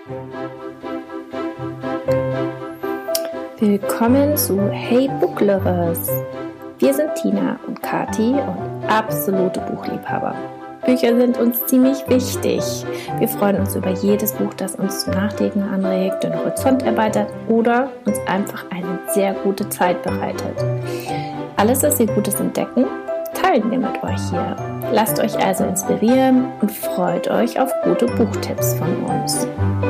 Willkommen zu Hey Book Lovers. Wir sind Tina und Kati und absolute Buchliebhaber. Bücher sind uns ziemlich wichtig. Wir freuen uns über jedes Buch, das uns zum Nachdenken anregt, den Horizont erweitert oder uns einfach eine sehr gute Zeit bereitet. Alles, was wir Gutes entdecken, teilen wir mit euch hier. Lasst euch also inspirieren und freut euch auf gute Buchtipps von uns.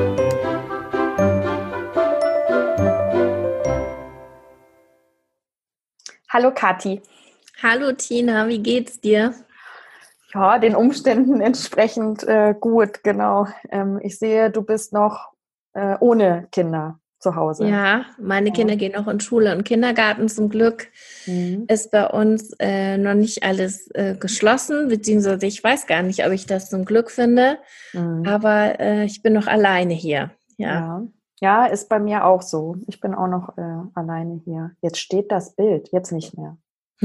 Hallo Kathi. Hallo Tina, wie geht's dir? Ja, den Umständen entsprechend gut, genau. Ich sehe, du bist noch ohne Kinder zu Hause. Ja, meine Kinder gehen noch in Schule und Kindergarten. Zum Glück ist bei uns noch nicht alles geschlossen, beziehungsweise ich weiß gar nicht, ob ich das zum Glück finde, aber ich bin noch alleine hier. Ja, ist bei mir auch so. Ich bin auch noch alleine hier. Jetzt steht das Bild, jetzt nicht mehr.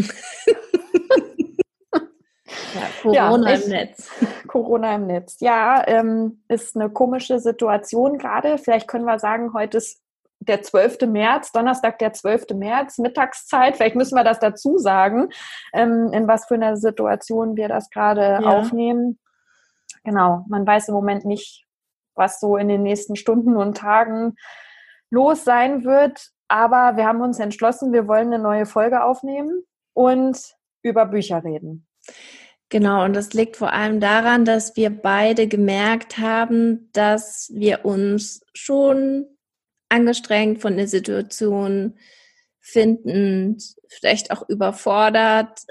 Ja, Corona im Netz. Corona im Netz. Ja, ist eine komische Situation gerade. Vielleicht können wir sagen, heute ist der 12. März, Donnerstag, der 12. März, Mittagszeit. Vielleicht müssen wir das dazu sagen, in was für einer Situation wir das gerade aufnehmen. Genau, man weiß im Moment nicht, was so in den nächsten Stunden und Tagen los sein wird. Aber wir haben uns entschlossen, wir wollen eine neue Folge aufnehmen und über Bücher reden. Genau, und das liegt vor allem daran, dass wir beide gemerkt haben, dass wir uns schon angestrengt von der Situation finden, vielleicht auch überfordert.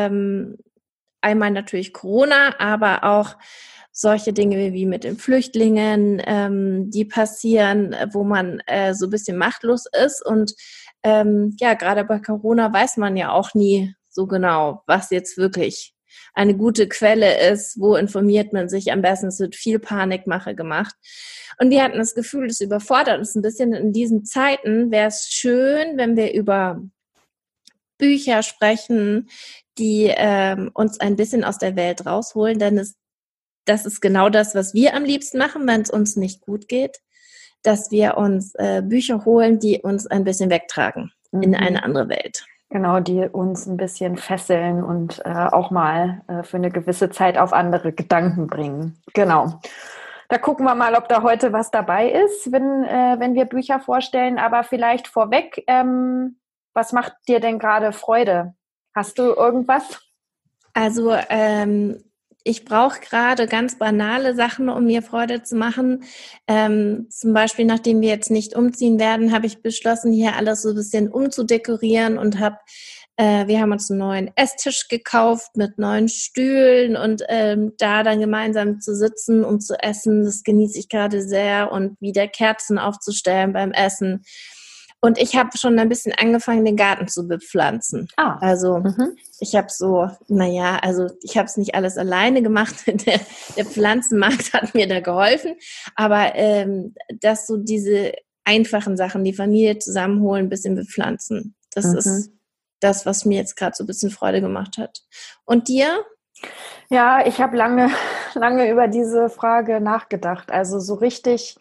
Einmal natürlich Corona, aber auch solche Dinge wie mit den Flüchtlingen, die passieren, wo man so ein bisschen machtlos ist. Und gerade bei Corona weiß man ja auch nie so genau, was jetzt wirklich eine gute Quelle ist, wo informiert man sich am besten. Es wird viel Panikmache gemacht. Und wir hatten das Gefühl, es überfordert uns ein bisschen. In diesen Zeiten wäre es schön, wenn wir über Bücher sprechen, die uns ein bisschen aus der Welt rausholen, denn das ist genau das, was wir am liebsten machen, wenn es uns nicht gut geht, dass wir uns Bücher holen, die uns ein bisschen wegtragen in eine andere Welt. Genau, die uns ein bisschen fesseln und auch mal für eine gewisse Zeit auf andere Gedanken bringen. Genau. Da gucken wir mal, ob da heute was dabei ist, wenn wir Bücher vorstellen. Aber vielleicht vorweg, was macht dir denn gerade Freude? Hast du irgendwas? Also ich brauche gerade ganz banale Sachen, um mir Freude zu machen. Zum Beispiel, nachdem wir jetzt nicht umziehen werden, habe ich beschlossen, hier alles so ein bisschen umzudekorieren und wir haben uns einen neuen Esstisch gekauft mit neuen Stühlen und da dann gemeinsam zu sitzen und zu essen, das genieße ich gerade sehr und wieder Kerzen aufzustellen beim Essen. Und ich habe schon ein bisschen angefangen, den Garten zu bepflanzen. Also ich habe ich habe es nicht alles alleine gemacht. Der Pflanzenmarkt hat mir da geholfen. Aber dass so diese einfachen Sachen, die Familie zusammenholen, ein bisschen bepflanzen, das ist das, was mir jetzt gerade so ein bisschen Freude gemacht hat. Und dir? Ja, ich habe lange über diese Frage nachgedacht. Also so richtig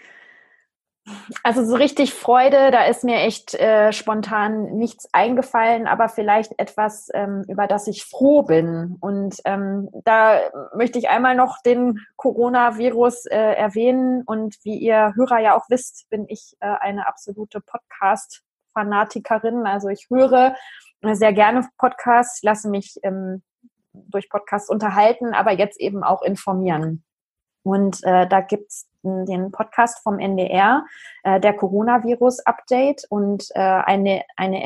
Freude, da ist mir echt spontan nichts eingefallen, aber vielleicht etwas, über das ich froh bin. Und da möchte ich einmal noch den Coronavirus erwähnen. Und wie ihr Hörer ja auch wisst, bin ich eine absolute Podcast-Fanatikerin. Also ich höre sehr gerne Podcasts, lasse mich durch Podcasts unterhalten, aber jetzt eben auch informieren. Und da gibt's den Podcast vom NDR, der Coronavirus-Update, und eine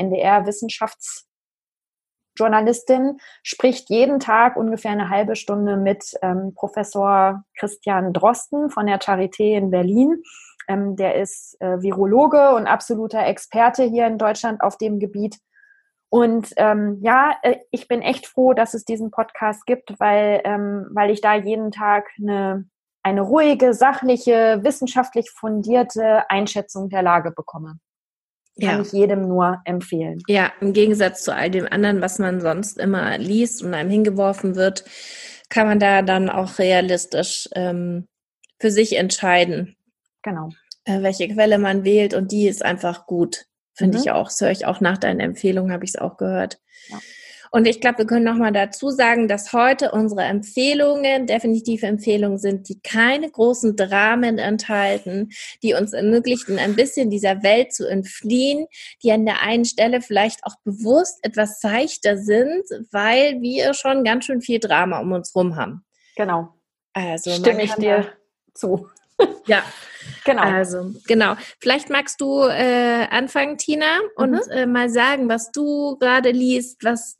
NDR-Wissenschaftsjournalistin spricht jeden Tag ungefähr eine halbe Stunde mit Professor Christian Drosten von der Charité in Berlin. Der ist Virologe und absoluter Experte hier in Deutschland auf dem Gebiet. Und ich bin echt froh, dass es diesen Podcast gibt, weil ich da jeden Tag eine ruhige, sachliche, wissenschaftlich fundierte Einschätzung der Lage bekomme. Kann ich jedem nur empfehlen. Ja, im Gegensatz zu all dem anderen, was man sonst immer liest und einem hingeworfen wird, kann man da dann auch realistisch für sich entscheiden. genau. Welche Quelle man wählt und die ist einfach gut, finde ich auch. Das höre ich auch nach deinen Empfehlungen, habe ich es auch gehört. Ja. Und ich glaube, wir können nochmal dazu sagen, dass heute unsere Empfehlungen definitiv Empfehlungen sind, die keine großen Dramen enthalten, die uns ermöglichten, ein bisschen dieser Welt zu entfliehen, die an der einen Stelle vielleicht auch bewusst etwas seichter sind, weil wir schon ganz schön viel Drama um uns rum haben. Genau. Also stimme ich dir zu. Ja, genau. Also, genau. Vielleicht magst du anfangen, Tina, und mal sagen, was du gerade liest, was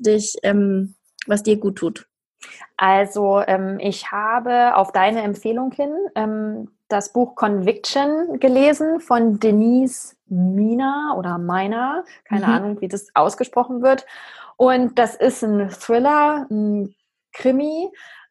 dir gut tut. Also, ich habe auf deine Empfehlung hin das Buch Conviction gelesen von Denise Mina oder Meiner, keine Ahnung, wie das ausgesprochen wird. Und das ist ein Thriller, ein Krimi,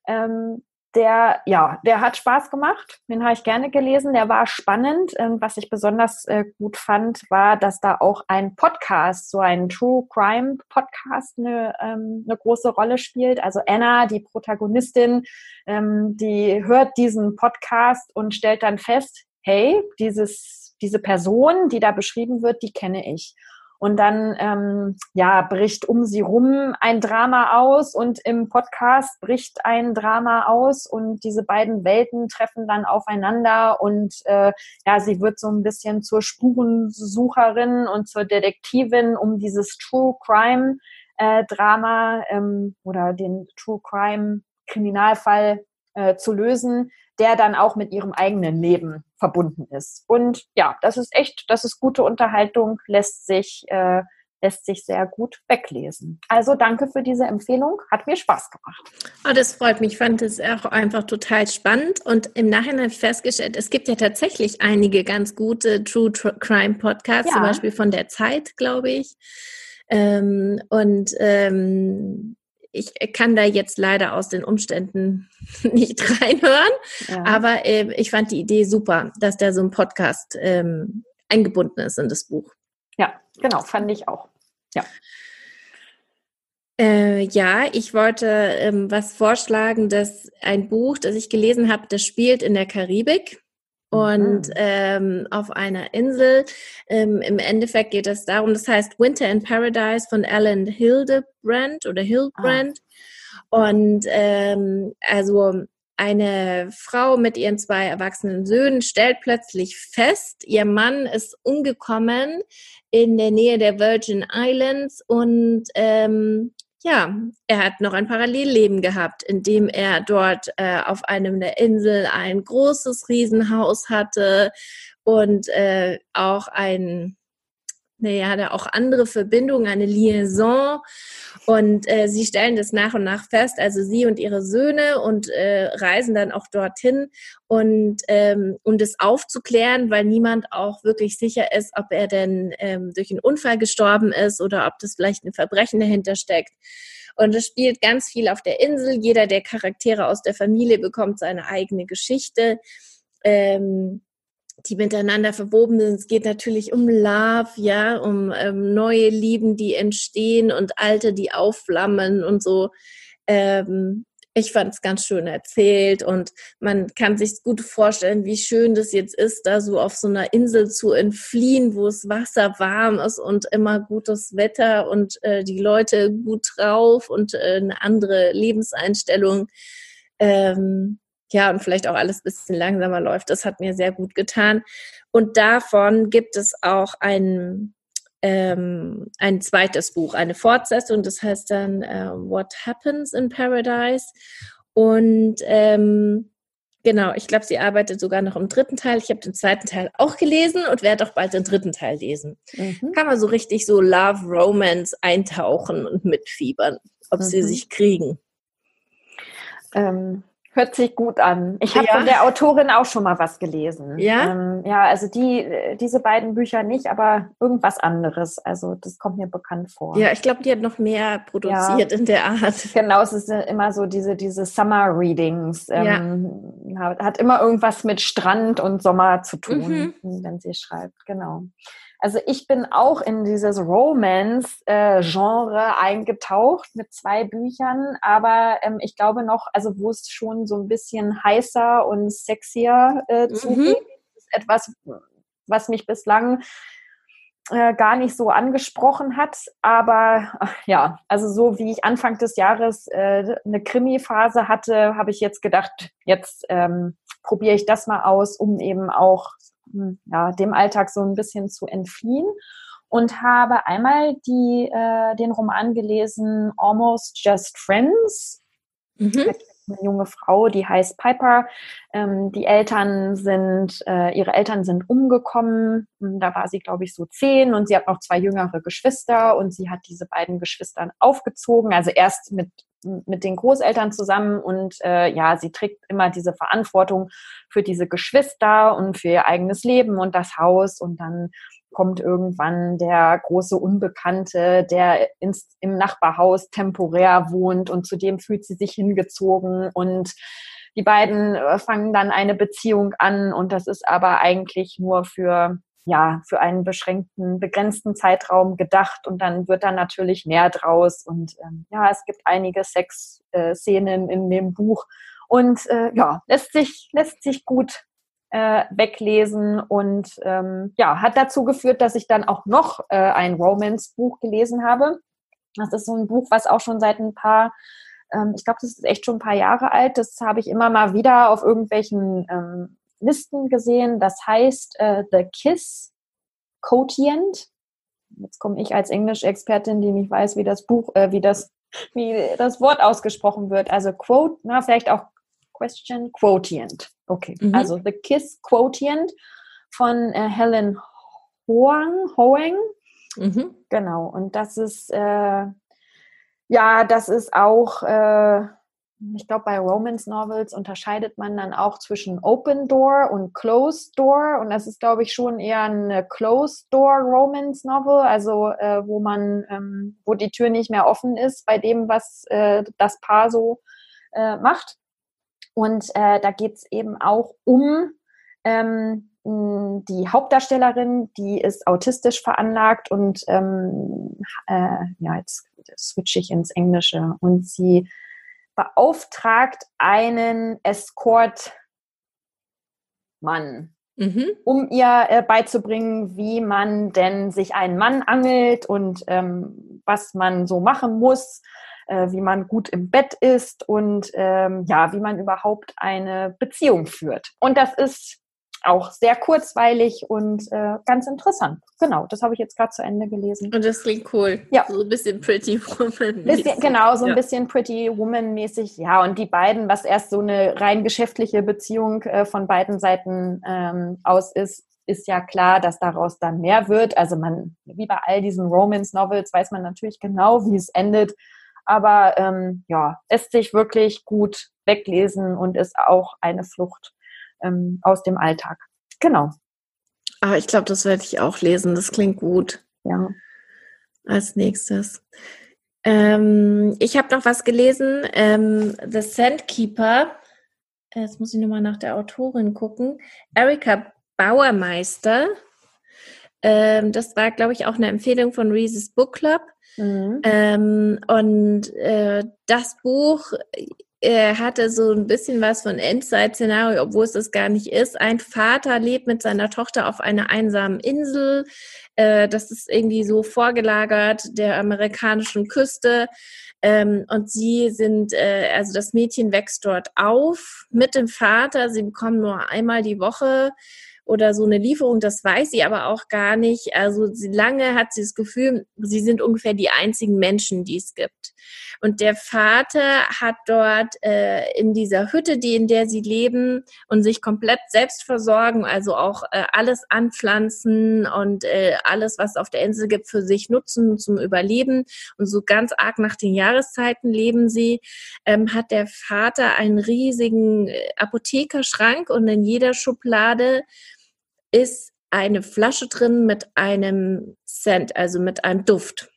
der hat Spaß gemacht, den habe ich gerne gelesen, der war spannend. Was ich besonders gut fand, war, dass da auch ein Podcast, so ein True Crime Podcast eine große Rolle spielt. Also Anna, die Protagonistin, die hört diesen Podcast und stellt dann fest, hey, diese Person, die da beschrieben wird, die kenne ich. Und dann bricht um sie rum ein Drama aus und im Podcast bricht ein Drama aus und diese beiden Welten treffen dann aufeinander und sie wird so ein bisschen zur Spurensucherin und zur Detektivin, um dieses True Crime Drama oder den True Crime Kriminalfall zu lösen, der dann auch mit ihrem eigenen Leben verbunden ist. Und ja, das ist gute Unterhaltung, lässt sich sehr gut weglesen. Also danke für diese Empfehlung, hat mir Spaß gemacht. Oh, das freut mich, ich fand es auch einfach total spannend und im Nachhinein habe ich festgestellt, es gibt ja tatsächlich einige ganz gute True Crime Podcasts, zum Beispiel von der Zeit, glaube ich. Ich kann da jetzt leider aus den Umständen nicht reinhören, aber ich fand die Idee super, dass da so ein Podcast eingebunden ist in das Buch. Ja, genau, fand ich auch. Ich wollte was vorschlagen, dass ein Buch, das ich gelesen habe, das spielt in der Karibik. Und auf einer Insel. Im Endeffekt geht es darum, das heißt Winter in Paradise von Alan Hildebrand. Und also eine Frau mit ihren 2 erwachsenen Söhnen stellt plötzlich fest, ihr Mann ist umgekommen in der Nähe der Virgin Islands und er hat noch ein Parallelleben gehabt, in dem er dort auf einem der Insel ein großes Riesenhaus hatte und auch hat er auch andere Verbindungen, eine Liaison. Und sie stellen das nach und nach fest, also sie und ihre Söhne und reisen dann auch dorthin und um das aufzuklären, weil niemand auch wirklich sicher ist, ob er denn durch einen Unfall gestorben ist oder ob das vielleicht ein Verbrechen dahinter steckt. Und es spielt ganz viel auf der Insel. Jeder der Charaktere aus der Familie bekommt seine eigene Geschichte. Die miteinander verwoben sind. Es geht natürlich um Love, um neue Lieben, die entstehen und alte, die aufflammen und so. Ich fand es ganz schön erzählt und man kann sich gut vorstellen, wie schön das jetzt ist, da so auf so einer Insel zu entfliehen, wo das Wasser warm ist und immer gutes Wetter und die Leute gut drauf und eine andere Lebenseinstellung. Und vielleicht auch alles ein bisschen langsamer läuft. Das hat mir sehr gut getan. Und davon gibt es auch ein zweites Buch, eine Fortsetzung, das heißt dann What Happens in Paradise. Und ich glaube, sie arbeitet sogar noch im 3. Teil. Ich habe den 2. Teil auch gelesen und werde auch bald den 3. Teil lesen. Kann man so richtig so Love, Romance eintauchen und mitfiebern, ob sie sich kriegen. Hört sich gut an. Ich habe von der Autorin auch schon mal was gelesen. Ja? Also diese beiden Bücher nicht, aber irgendwas anderes. Also das kommt mir bekannt vor. Ja, ich glaube, die hat noch mehr produziert in der Art. Genau, es ist immer so diese Summer Readings. Hat immer irgendwas mit Strand und Sommer zu tun, wenn sie schreibt. Genau. Also ich bin auch in dieses Romance-Genre eingetaucht mit 2 Büchern, aber ich glaube noch, also wo es schon so ein bisschen heißer und sexier zugeht, ist etwas, was mich bislang gar nicht angesprochen hat. Aber ja, also so wie ich Anfang des Jahres eine Krimi-Phase hatte, habe ich jetzt gedacht, jetzt probiere ich das mal aus, um eben auch dem Alltag so ein bisschen zu entfliehen. Und habe einmal den Roman gelesen, Almost Just Friends. Eine junge Frau, die heißt Piper. Ihre Eltern sind umgekommen. Da war sie, glaube ich, so 10 und sie hat noch 2 jüngere Geschwister und sie hat diese beiden Geschwister aufgezogen. Also erst mit den Großeltern zusammen und sie trägt immer diese Verantwortung für diese Geschwister und für ihr eigenes Leben und das Haus und dann kommt irgendwann der große Unbekannte, der im Nachbarhaus temporär wohnt und zu dem fühlt sie sich hingezogen und die beiden fangen dann eine Beziehung an und das ist aber eigentlich nur für einen begrenzten Zeitraum gedacht und dann wird dann natürlich mehr draus und es gibt einige Sexszenen in dem Buch und lässt sich gut weglesen und hat dazu geführt, dass ich dann auch noch ein Romance-Buch gelesen habe. Das ist so ein Buch, was auch schon seit ich glaube, das ist echt schon ein paar Jahre alt. Das habe ich immer mal wieder auf irgendwelchen Listen gesehen. Das heißt The Kiss Quotient. Jetzt komme ich als Englisch-Expertin, die nicht weiß, wie das Wort ausgesprochen wird. Also vielleicht auch Question Quotient. Okay, also The Kiss Quotient von Helen Hoang. Genau, und das ist auch, ich glaube, bei Romance Novels unterscheidet man dann auch zwischen Open Door und Closed Door und das ist, glaube ich, schon eher eine Closed Door Romance Novel, also wo die Tür nicht mehr offen ist bei dem, was das Paar so macht. Und da geht es eben auch um die Hauptdarstellerin, die ist autistisch veranlagt und jetzt switche ich ins Englische und sie beauftragt einen Escort-Mann, um ihr beizubringen, wie man denn sich einen Mann angelt und was man so machen muss, wie man gut im Bett ist und wie man überhaupt eine Beziehung führt. Und das ist auch sehr kurzweilig und ganz interessant. Genau, das habe ich jetzt gerade zu Ende gelesen. Und das klingt cool. Ja. So ein bisschen Pretty Woman-mäßig. Genau, so ein bisschen Pretty Woman-mäßig. Ja, und die beiden, was erst so eine rein geschäftliche Beziehung von beiden Seiten aus ist ja klar, dass daraus dann mehr wird. Also wie bei all diesen Romance-Novels weiß man natürlich genau, wie es endet. Aber lässt sich wirklich gut weglesen und ist auch eine Flucht aus dem Alltag. Genau. Ah, ich glaube, das werde ich auch lesen. Das klingt gut. Ja. Als nächstes. Ich habe noch was gelesen. The Sandkeeper. Jetzt muss ich nochmal nach der Autorin gucken. Erika Bauermeister. Das war, glaube ich, auch eine Empfehlung von Reese's Book Club. Das Buch hatte so ein bisschen was von Endzeit-Szenario, obwohl es das gar nicht ist. Ein Vater lebt mit seiner Tochter auf einer einsamen Insel. Das ist irgendwie so vorgelagert der amerikanischen Küste. Und sie sind, also das Mädchen wächst dort auf mit dem Vater. Sie bekommen nur einmal die Woche oder so eine Lieferung, das weiß sie aber auch gar nicht. Also lange hat sie das Gefühl, sie sind ungefähr die einzigen Menschen, die es gibt. Und der Vater hat dort in dieser Hütte, in der sie leben und sich komplett selbst versorgen, also auch alles anpflanzen und alles, was es auf der Insel gibt, für sich nutzen zum Überleben. Und so ganz arg nach den Jahreszeiten leben sie, hat der Vater einen riesigen Apothekerschrank und in jeder Schublade ist eine Flasche drin mit einem Scent, also mit einem Duft.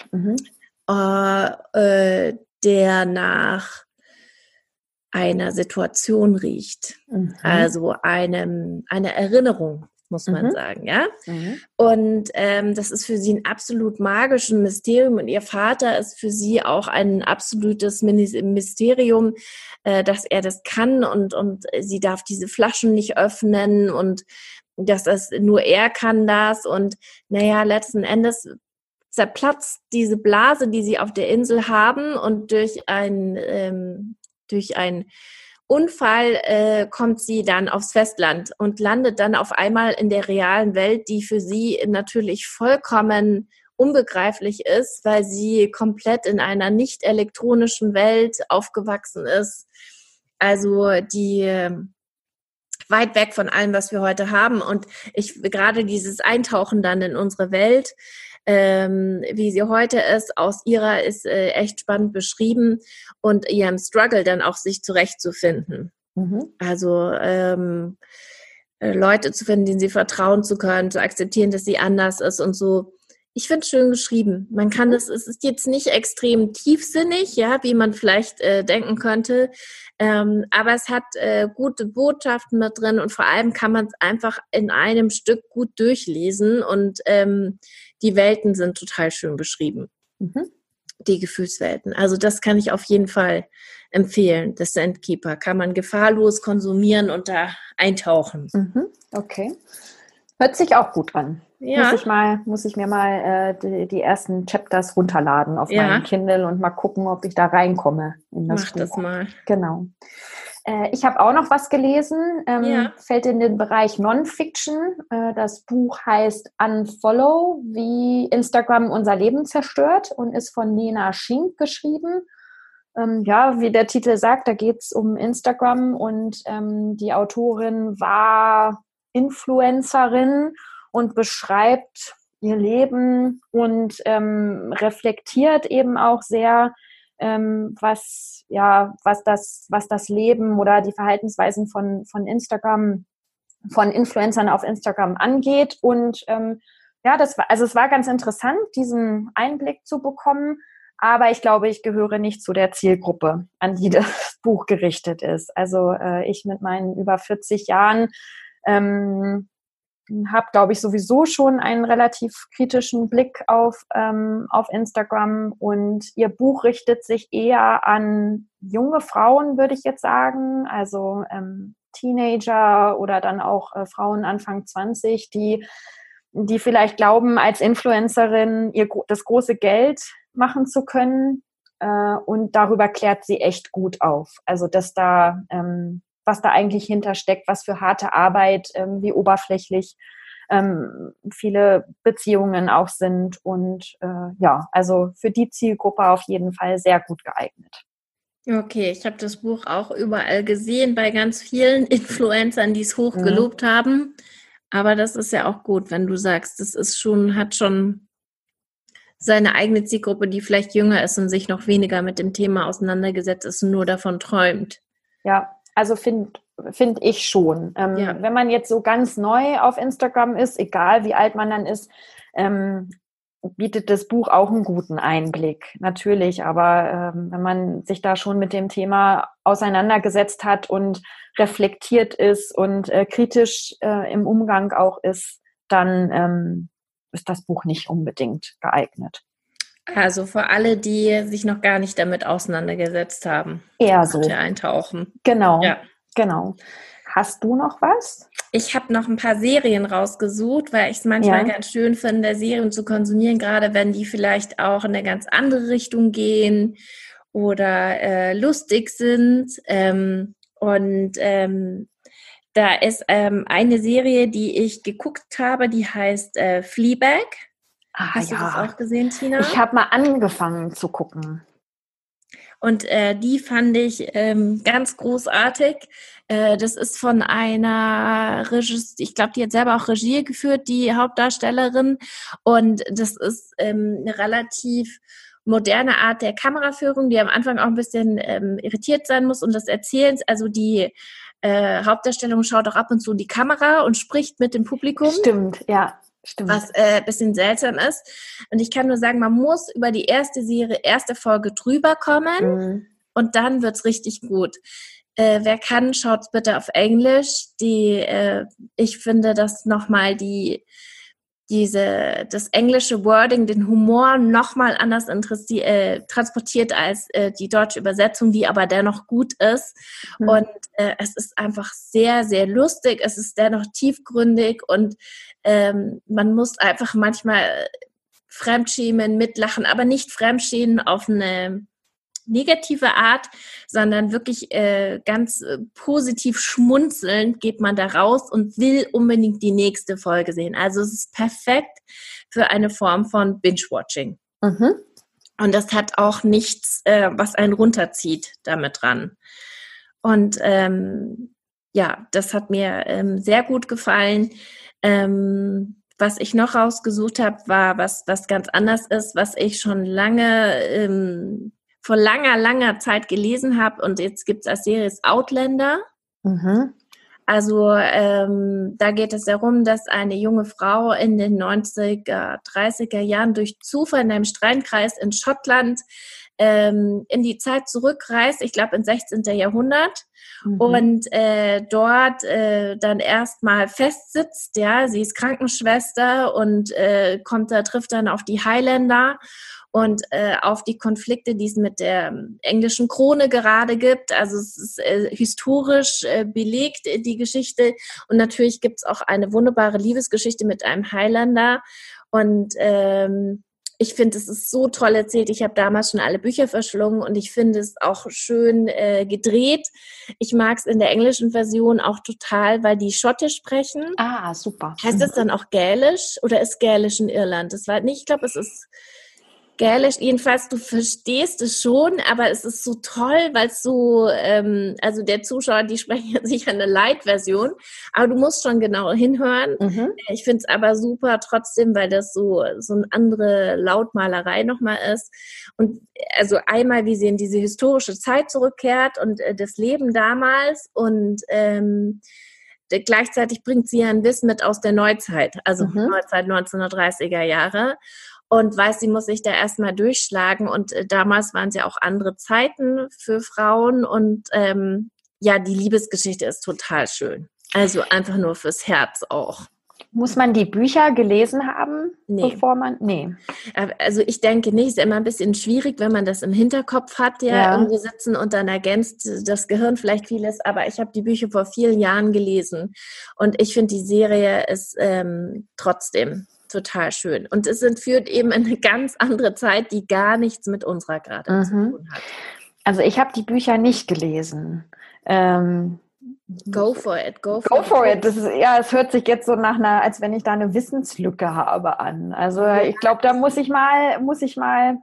Der nach einer Situation riecht. Also eine Erinnerung, muss man sagen, ja. Und das ist für sie ein absolut magisches Mysterium und ihr Vater ist für sie auch ein absolutes Mysterium, dass er das kann und sie darf diese Flaschen nicht öffnen und nur er kann das und naja, letzten Endes zerplatzt diese Blase, die sie auf der Insel haben und durch einen Unfall kommt sie dann aufs Festland und landet dann auf einmal in der realen Welt, die für sie natürlich vollkommen unbegreiflich ist, weil sie komplett in einer nicht elektronischen Welt aufgewachsen ist. Also die weit weg von allem, was wir heute haben. Und gerade dieses Eintauchen dann in unsere Welt, wie sie heute ist, aus ihrer ist echt spannend beschrieben und ihrem Struggle dann auch sich zurechtzufinden. Also Leute zu finden, denen sie vertrauen zu können, zu akzeptieren, dass sie anders ist und so. Ich finde es schön geschrieben. Man kann es ist jetzt nicht extrem tiefsinnig, ja, wie man vielleicht denken könnte, aber es hat gute Botschaften mit drin und vor allem kann man es einfach in einem Stück gut durchlesen und die Welten sind total schön beschrieben. Die Gefühlswelten. Also das kann ich auf jeden Fall empfehlen. The Sandkeeper kann man gefahrlos konsumieren und da eintauchen. Okay. Hört sich auch gut an. Ja. Muss ich mir mal die ersten Chapters runterladen auf meinem Kindle und mal gucken, ob ich da reinkomme in das Buch. Mach das mal. Genau. Ich habe auch noch was gelesen, fällt in den Bereich Non-Fiction. Das Buch heißt Unfollow, wie Instagram unser Leben zerstört und ist von Nena Schink geschrieben. Wie der Titel sagt, da geht es um Instagram und die Autorin war Influencerin und beschreibt ihr Leben und reflektiert eben auch sehr, was das Leben oder die Verhaltensweisen von Instagram, von Influencern auf Instagram angeht. Und es war ganz interessant, diesen Einblick zu bekommen. Aber ich glaube, ich gehöre nicht zu der Zielgruppe, an die das Buch gerichtet ist. Also ich mit meinen über 40 Jahren habe, glaube ich, sowieso schon einen relativ kritischen Blick auf Instagram und ihr Buch richtet sich eher an junge Frauen, würde ich jetzt sagen, also Teenager oder dann auch Frauen Anfang 20, die vielleicht glauben, als Influencerin das große Geld machen zu können und darüber klärt sie echt gut auf. Also dass da was da eigentlich hintersteckt, was für harte Arbeit, wie oberflächlich viele Beziehungen auch sind. Und also für die Zielgruppe auf jeden Fall sehr gut geeignet. Okay, ich habe das Buch auch überall gesehen, bei ganz vielen Influencern, die es hochgelobt haben. Aber das ist ja auch gut, wenn du sagst, das ist hat schon seine eigene Zielgruppe, die vielleicht jünger ist und sich noch weniger mit dem Thema auseinandergesetzt ist und nur davon träumt. Ja, also finde ich schon. Wenn man jetzt so ganz neu auf Instagram ist, egal wie alt man dann ist, bietet das Buch auch einen guten Einblick, natürlich. Aber wenn man sich da schon mit dem Thema auseinandergesetzt hat und reflektiert ist und kritisch im Umgang auch ist, dann ist das Buch nicht unbedingt geeignet. Also für alle, die sich noch gar nicht damit auseinandergesetzt haben. Eher so. Eintauchen. Genau, genau. Hast du noch was? Ich habe noch ein paar Serien rausgesucht, weil ich es manchmal ganz schön finde, Serien zu konsumieren, gerade wenn die vielleicht auch in eine ganz andere Richtung gehen oder lustig sind. Da ist eine Serie, die ich geguckt habe, die heißt Fleabag. Hast du das auch gesehen, Tina? Ich habe mal angefangen zu gucken. Und die fand ich ganz großartig. Das ist von einer ich glaube, die hat selber auch Regie geführt, die Hauptdarstellerin. Und das ist eine relativ moderne Art der Kameraführung, die am Anfang auch ein bisschen irritiert sein muss und des Erzählens. Also die Hauptdarstellerin schaut auch ab und zu in die Kamera und spricht mit dem Publikum. Stimmt, ja. Stimmt. Was ein bisschen seltsam ist. Und ich kann nur sagen, man muss über die erste Folge drüber kommen und dann wird's richtig gut. Wer kann, schaut's bitte auf Englisch. Ich finde, dass nochmal die das englische Wording, den Humor nochmal anders transportiert als die deutsche Übersetzung, die aber dennoch gut ist. Mhm. Und es ist einfach sehr, sehr lustig, es ist dennoch tiefgründig und man muss einfach manchmal fremdschämen, mitlachen, aber nicht fremdschämen auf eine negative Art, sondern wirklich ganz positiv schmunzelnd geht man da raus und will unbedingt die nächste Folge sehen. Also es ist perfekt für eine Form von Binge-Watching. Mhm. Und das hat auch nichts, was einen runterzieht damit dran. Und das hat mir sehr gut gefallen. Was ich noch rausgesucht habe, war was ganz anders ist, was ich schon lange vor langer Zeit gelesen habe und jetzt gibt es als Serie Outlander. Mhm. Also da geht es darum, dass eine junge Frau in den 90er, 30er Jahren durch Zufall in einem Steinkreis in Schottland in die Zeit zurückreist, ich glaube ins 16. Jahrhundert, und dort dann erstmal festsitzt, ja, sie ist Krankenschwester und trifft dann auf die Highlander und auf die Konflikte, die es mit der englischen Krone gerade gibt. Also es ist historisch belegt, die Geschichte. Und natürlich gibt es auch eine wunderbare Liebesgeschichte mit einem Highlander. Und ich finde, es ist so toll erzählt. Ich habe damals schon alle Bücher verschlungen und ich finde es auch schön gedreht. Ich mag es in der englischen Version auch total, weil die Schottisch sprechen. Ah, super. Heißt das dann auch Gälisch oder ist Gälisch in Irland? Das war nicht, ich glaube, es ist Gälisch, jedenfalls, du verstehst es schon, aber es ist so toll, weil es so, also der Zuschauer, die sprechen ja sicher eine Light-Version, aber du musst schon genau hinhören. Mhm. Ich finde es aber super trotzdem, weil das so eine andere Lautmalerei nochmal ist. Und also einmal, wie sie in diese historische Zeit zurückkehrt und das Leben damals und gleichzeitig bringt sie ja ein Wissen mit aus der Neuzeit, also Neuzeit 1930er Jahre. Und weiß, sie muss sich da erstmal durchschlagen. Und damals waren es ja auch andere Zeiten für Frauen. Und die Liebesgeschichte ist total schön. Also einfach nur fürs Herz auch. Muss man die Bücher gelesen haben, bevor man... Nee. Also ich denke nicht, ist immer ein bisschen schwierig, wenn man das im Hinterkopf hat, irgendwo sitzen und dann ergänzt das Gehirn vielleicht vieles. Aber ich habe die Bücher vor vielen Jahren gelesen. Und ich finde, die Serie ist trotzdem total schön. Und es führt eben in eine ganz andere Zeit, die gar nichts mit unserer gerade zu tun hat. Also ich habe die Bücher nicht gelesen. Go for it. Go for it. Das ist, es hört sich jetzt so nach als wenn ich da eine Wissenslücke habe an. Also ich glaube, da muss ich mal mich mal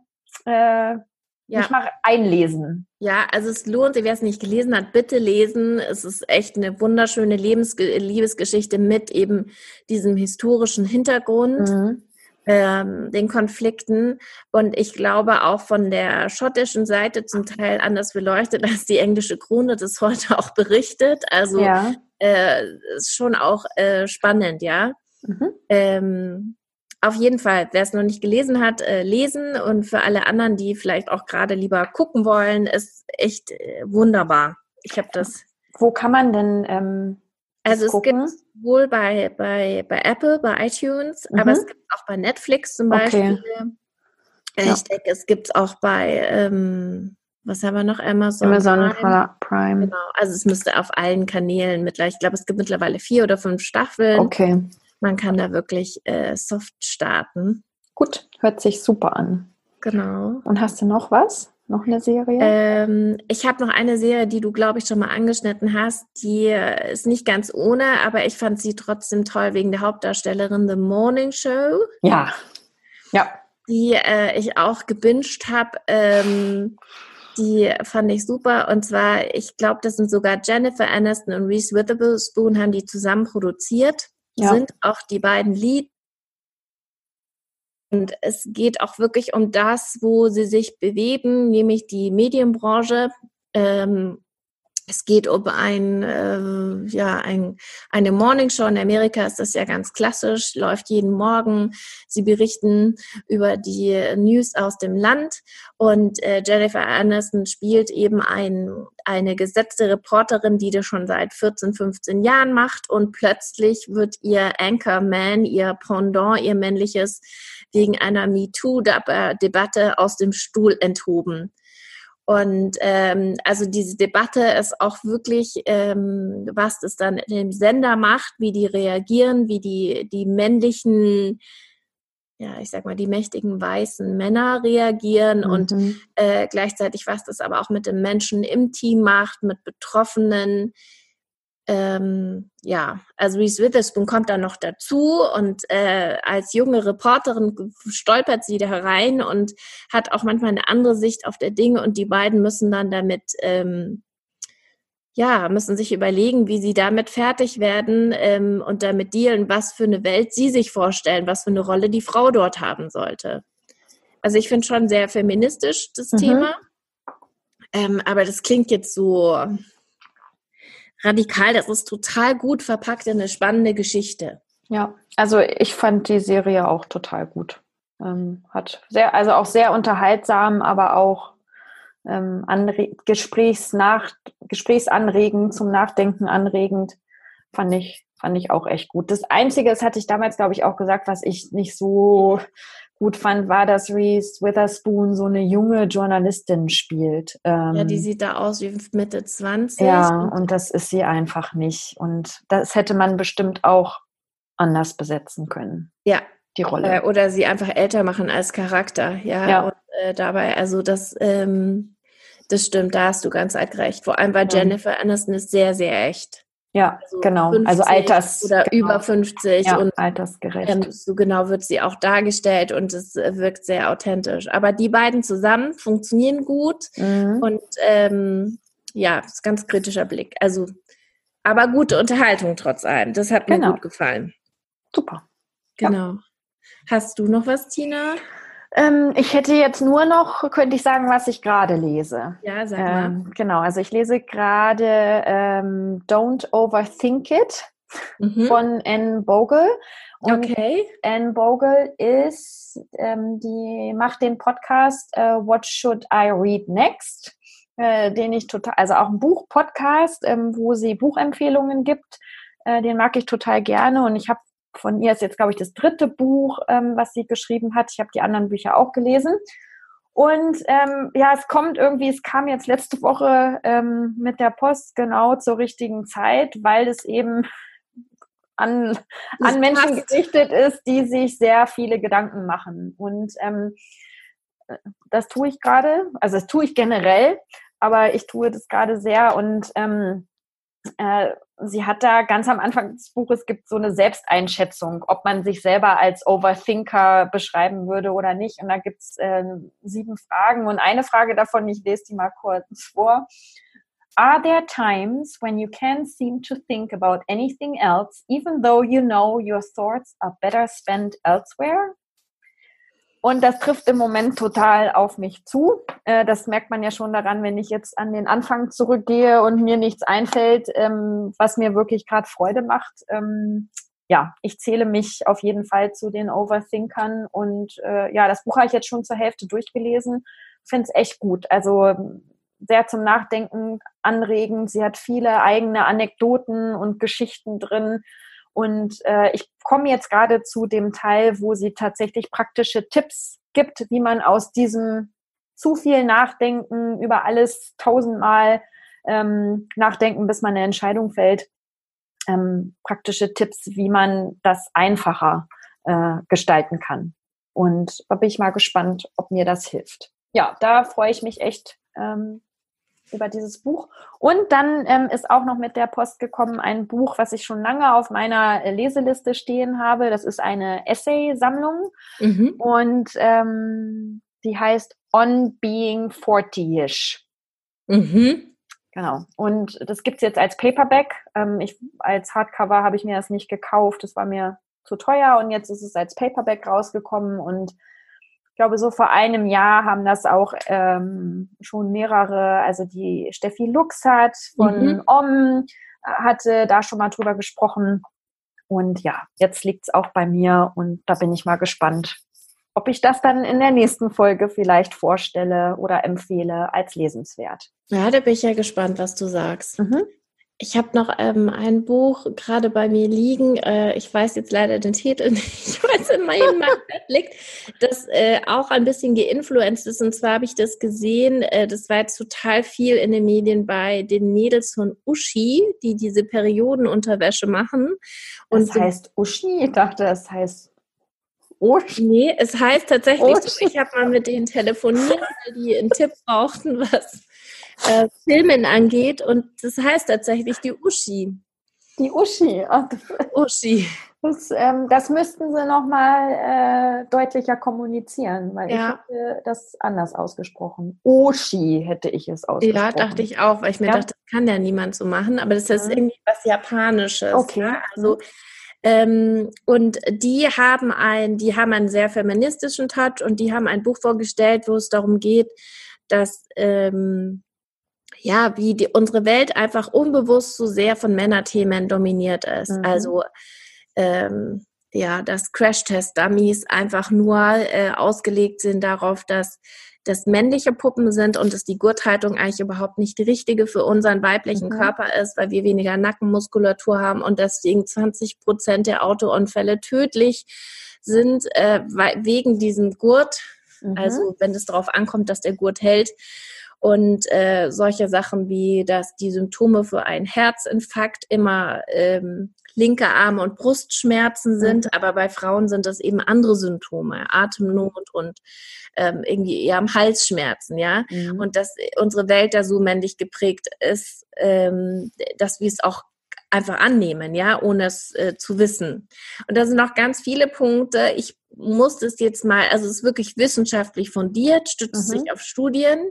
einlesen. Ja, also es lohnt sich, wer es nicht gelesen hat, bitte lesen. Es ist echt eine wunderschöne Liebesgeschichte mit eben diesem historischen Hintergrund, den Konflikten. Und ich glaube auch von der schottischen Seite zum Teil anders beleuchtet als die englische Krone das heute auch berichtet. Also ist schon auch spannend, ja. Auf jeden Fall, wer es noch nicht gelesen hat, lesen, und für alle anderen, die vielleicht auch gerade lieber gucken wollen, ist echt wunderbar. Ich habe das. Wo kann man denn also es gucken? Gibt wohl bei Apple, bei iTunes, aber es gibt auch bei Netflix zum Beispiel. Ich denke, es gibt es auch bei was haben wir noch? Amazon Prime. Genau, also es müsste auf allen Kanälen ich glaube, es gibt mittlerweile 4 oder 5 Staffeln. Okay. Man kann da wirklich soft starten. Gut, hört sich super an. Genau. Und hast du noch was? Noch eine Serie? Ich habe noch eine Serie, die du, glaube ich, schon mal angeschnitten hast. Die ist nicht ganz ohne, aber ich fand sie trotzdem toll wegen der Hauptdarstellerin, The Morning Show. Ja. Die ich auch gebinged habe. Die fand ich super. Und zwar, ich glaube, das sind sogar Jennifer Aniston und Reese Witherspoon haben die zusammen produziert. Sind auch die beiden Lead. Und es geht auch wirklich um das, wo sie sich bewegen, nämlich die Medienbranche. Es geht um eine Morningshow. In Amerika ist das ja ganz klassisch, läuft jeden Morgen. Sie berichten über die News aus dem Land und Jennifer Aniston spielt eben eine gesetzte Reporterin, die das schon seit 14, 15 Jahren macht und plötzlich wird ihr Anchorman, ihr Pendant, ihr männliches, wegen einer MeToo-Debatte aus dem Stuhl enthoben. Und also diese Debatte ist auch wirklich, was das dann in dem Sender macht, wie die reagieren, wie die männlichen, ja, ich sag mal, die mächtigen weißen Männer reagieren und gleichzeitig, was das aber auch mit den Menschen im Team macht, mit Betroffenen. Also Reese Witherspoon kommt dann noch dazu und als junge Reporterin stolpert sie da rein und hat auch manchmal eine andere Sicht auf der Dinge und die beiden müssen dann damit, müssen sich überlegen, wie sie damit fertig werden und damit dealen, was für eine Welt sie sich vorstellen, was für eine Rolle die Frau dort haben sollte. Also ich finde schon sehr feministisch das Thema, aber das klingt jetzt so radikal, das ist total gut verpackt in eine spannende Geschichte. Ja, also ich fand die Serie auch total gut. Auch sehr unterhaltsam, aber auch gesprächsanregend, zum Nachdenken anregend, fand ich auch echt gut. Das Einzige, das hatte ich damals, glaube ich, auch gesagt, was ich nicht so gut fand, war, dass Reese Witherspoon so eine junge Journalistin spielt. Die sieht da aus wie Mitte 20. Ja, und das ist sie einfach nicht. Und das hätte man bestimmt auch anders besetzen können. Ja. Die Rolle. Oder sie einfach älter machen als Charakter. Ja. Und dabei, also das stimmt, da hast du ganz arg recht. Vor allem, weil Jennifer Aniston ist sehr, sehr echt. Ja, also genau. 50 also oder über 50 und altersgerecht. So genau wird sie auch dargestellt und es wirkt sehr authentisch. Aber die beiden zusammen funktionieren gut und ist ganz kritischer Blick. Also, aber gute Unterhaltung trotz allem. Das hat mir gut gefallen. Super. Genau. Ja. Hast du noch was, Tina? Ich hätte jetzt nur noch, könnte ich sagen, was ich gerade lese. Ja, sag mal. Genau, also ich lese gerade Don't Overthink It von Anne Bogle. Und Anne Bogle die macht den Podcast What Should I Read Next? Den ich also auch ein Buch-Podcast, wo sie Buchempfehlungen gibt. Den mag ich total gerne und ich habe von ihr ist jetzt, glaube ich, das 3. Buch, was sie geschrieben hat. Ich habe die anderen Bücher auch gelesen. Und es kam jetzt letzte Woche mit der Post genau zur richtigen Zeit, weil es eben an Menschen gerichtet ist, die sich sehr viele Gedanken machen. Und das tue ich gerade, also das tue ich generell, aber ich tue das gerade sehr und sie hat da ganz am Anfang des Buches gibt so eine Selbsteinschätzung, ob man sich selber als Overthinker beschreiben würde oder nicht. Und da gibt es 7 Fragen und eine Frage davon, ich lese die mal kurz vor. Are there times when you can't seem to think about anything else, even though you know your thoughts are better spent elsewhere? Und das trifft im Moment total auf mich zu. Das merkt man ja schon daran, wenn ich jetzt an den Anfang zurückgehe und mir nichts einfällt, was mir wirklich gerade Freude macht. Ich zähle mich auf jeden Fall zu den Overthinkern. Und das Buch habe ich jetzt schon zur Hälfte durchgelesen. Finde es echt gut. Also sehr zum Nachdenken anregend. Sie hat viele eigene Anekdoten und Geschichten drin. Und ich komme jetzt gerade zu dem Teil, wo sie tatsächlich praktische Tipps gibt, wie man aus diesem zu viel Nachdenken über alles 1000-mal nachdenken, bis man eine Entscheidung fällt, praktische Tipps, wie man das einfacher gestalten kann. Und da bin ich mal gespannt, ob mir das hilft. Ja, da freue ich mich echt über dieses Buch. Und dann ist auch noch mit der Post gekommen ein Buch, was ich schon lange auf meiner Leseliste stehen habe. Das ist eine Essay-Sammlung und die heißt On Being 40ish. Genau. Und das gibt es jetzt als Paperback. Als Hardcover habe ich mir das nicht gekauft. Das war mir zu teuer und jetzt ist es als Paperback rausgekommen und Ich glaube, so vor einem Jahr haben das auch schon mehrere, also die Steffi Luxat von Om hatte da schon mal drüber gesprochen. Und ja, jetzt liegt es auch bei mir und da bin ich mal gespannt, ob ich das dann in der nächsten Folge vielleicht vorstelle oder empfehle als lesenswert. Ja, da bin ich ja gespannt, was du sagst. Ich habe noch ein Buch gerade bei mir liegen. Ich weiß jetzt leider den Titel nicht, weil es in meinem Bett liegt, das auch ein bisschen geinfluenced ist. Und zwar habe ich das gesehen, das war jetzt total viel in den Medien bei den Mädels von Uschi, die diese Periodenunterwäsche machen. Und das heißt Uschi? Ich dachte, es heißt Uschi. Nee, es heißt tatsächlich so, ich habe mal mit denen telefoniert, weil die einen Tipp brauchten, was Filmen angeht, und das heißt tatsächlich die Uschi. Die Uschi. Ach, Uschi. Das müssten sie nochmal deutlicher kommunizieren, weil ich hätte das anders ausgesprochen. Uschi hätte ich es ausgesprochen. Ja, dachte ich auch, weil ich mir dachte, das kann ja niemand so machen, aber das ist irgendwie was Japanisches. Okay. Ja? Also und die haben einen sehr feministischen Touch und die haben ein Buch vorgestellt, wo es darum geht, dass wie unsere Welt einfach unbewusst so sehr von Männerthemen dominiert ist. Also dass Crash-Test-Dummies einfach nur ausgelegt sind darauf, dass das männliche Puppen sind und dass die Gurthaltung eigentlich überhaupt nicht die richtige für unseren weiblichen Körper ist, weil wir weniger Nackenmuskulatur haben und deswegen 20% der Autounfälle tödlich sind wegen diesem Gurt. Also wenn es darauf ankommt, dass der Gurt hält. Und solche Sachen wie, dass die Symptome für einen Herzinfarkt immer linke Arme und Brustschmerzen sind, aber bei Frauen sind das eben andere Symptome, Atemnot und irgendwie eher am Halsschmerzen, ja. Und dass unsere Welt da so männlich geprägt ist, dass wir es auch einfach annehmen, ja, ohne es zu wissen. Und da sind noch ganz viele Punkte. Ich muss das jetzt mal, also es ist wirklich wissenschaftlich fundiert, stützt sich auf Studien.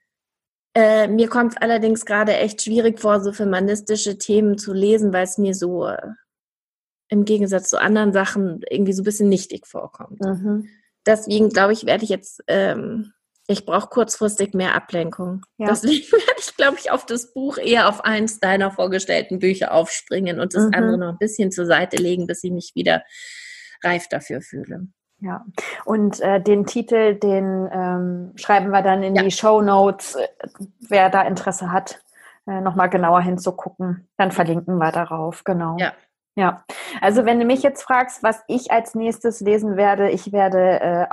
Mir kommt es allerdings gerade echt schwierig vor, so feministische Themen zu lesen, weil es mir so im Gegensatz zu anderen Sachen irgendwie so ein bisschen nichtig vorkommt. Deswegen glaube ich, werde ich jetzt, ich brauche kurzfristig mehr Ablenkung. Ja. Deswegen werde ich, glaube ich, auf das Buch eher auf eins deiner vorgestellten Bücher aufspringen und das andere noch ein bisschen zur Seite legen, bis ich mich wieder reif dafür fühle. Ja, und den Titel, den schreiben wir dann in die Shownotes, wer da Interesse hat, nochmal genauer hinzugucken. Dann verlinken wir darauf, genau. Ja, also wenn du mich jetzt fragst, was ich als nächstes lesen werde, ich werde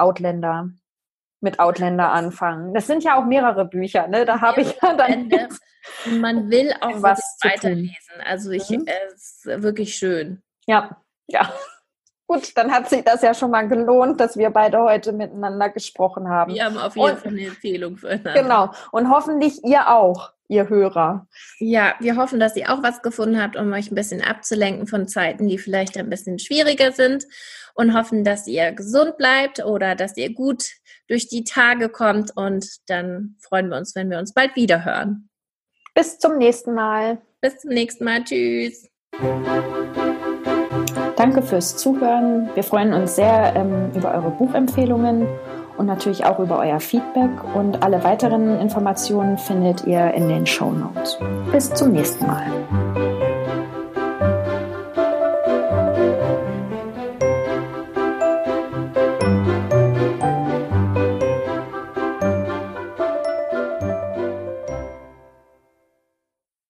mit Outlander anfangen. Das sind ja auch mehrere Bücher, ne? Da habe ich ja dann man will auch was weiterlesen. Also es ist wirklich schön. Ja. Gut, dann hat sich das ja schon mal gelohnt, dass wir beide heute miteinander gesprochen haben. Wir haben auf jeden Fall eine Empfehlung füreinander. Genau. Und hoffentlich ihr auch, ihr Hörer. Ja, wir hoffen, dass ihr auch was gefunden habt, um euch ein bisschen abzulenken von Zeiten, die vielleicht ein bisschen schwieriger sind, und hoffen, dass ihr gesund bleibt oder dass ihr gut durch die Tage kommt, und dann freuen wir uns, wenn wir uns bald wieder hören. Bis zum nächsten Mal. Bis zum nächsten Mal. Tschüss. Danke fürs Zuhören. Wir freuen uns sehr über eure Buchempfehlungen und natürlich auch über euer Feedback. Und alle weiteren Informationen findet ihr in den Shownotes. Bis zum nächsten Mal.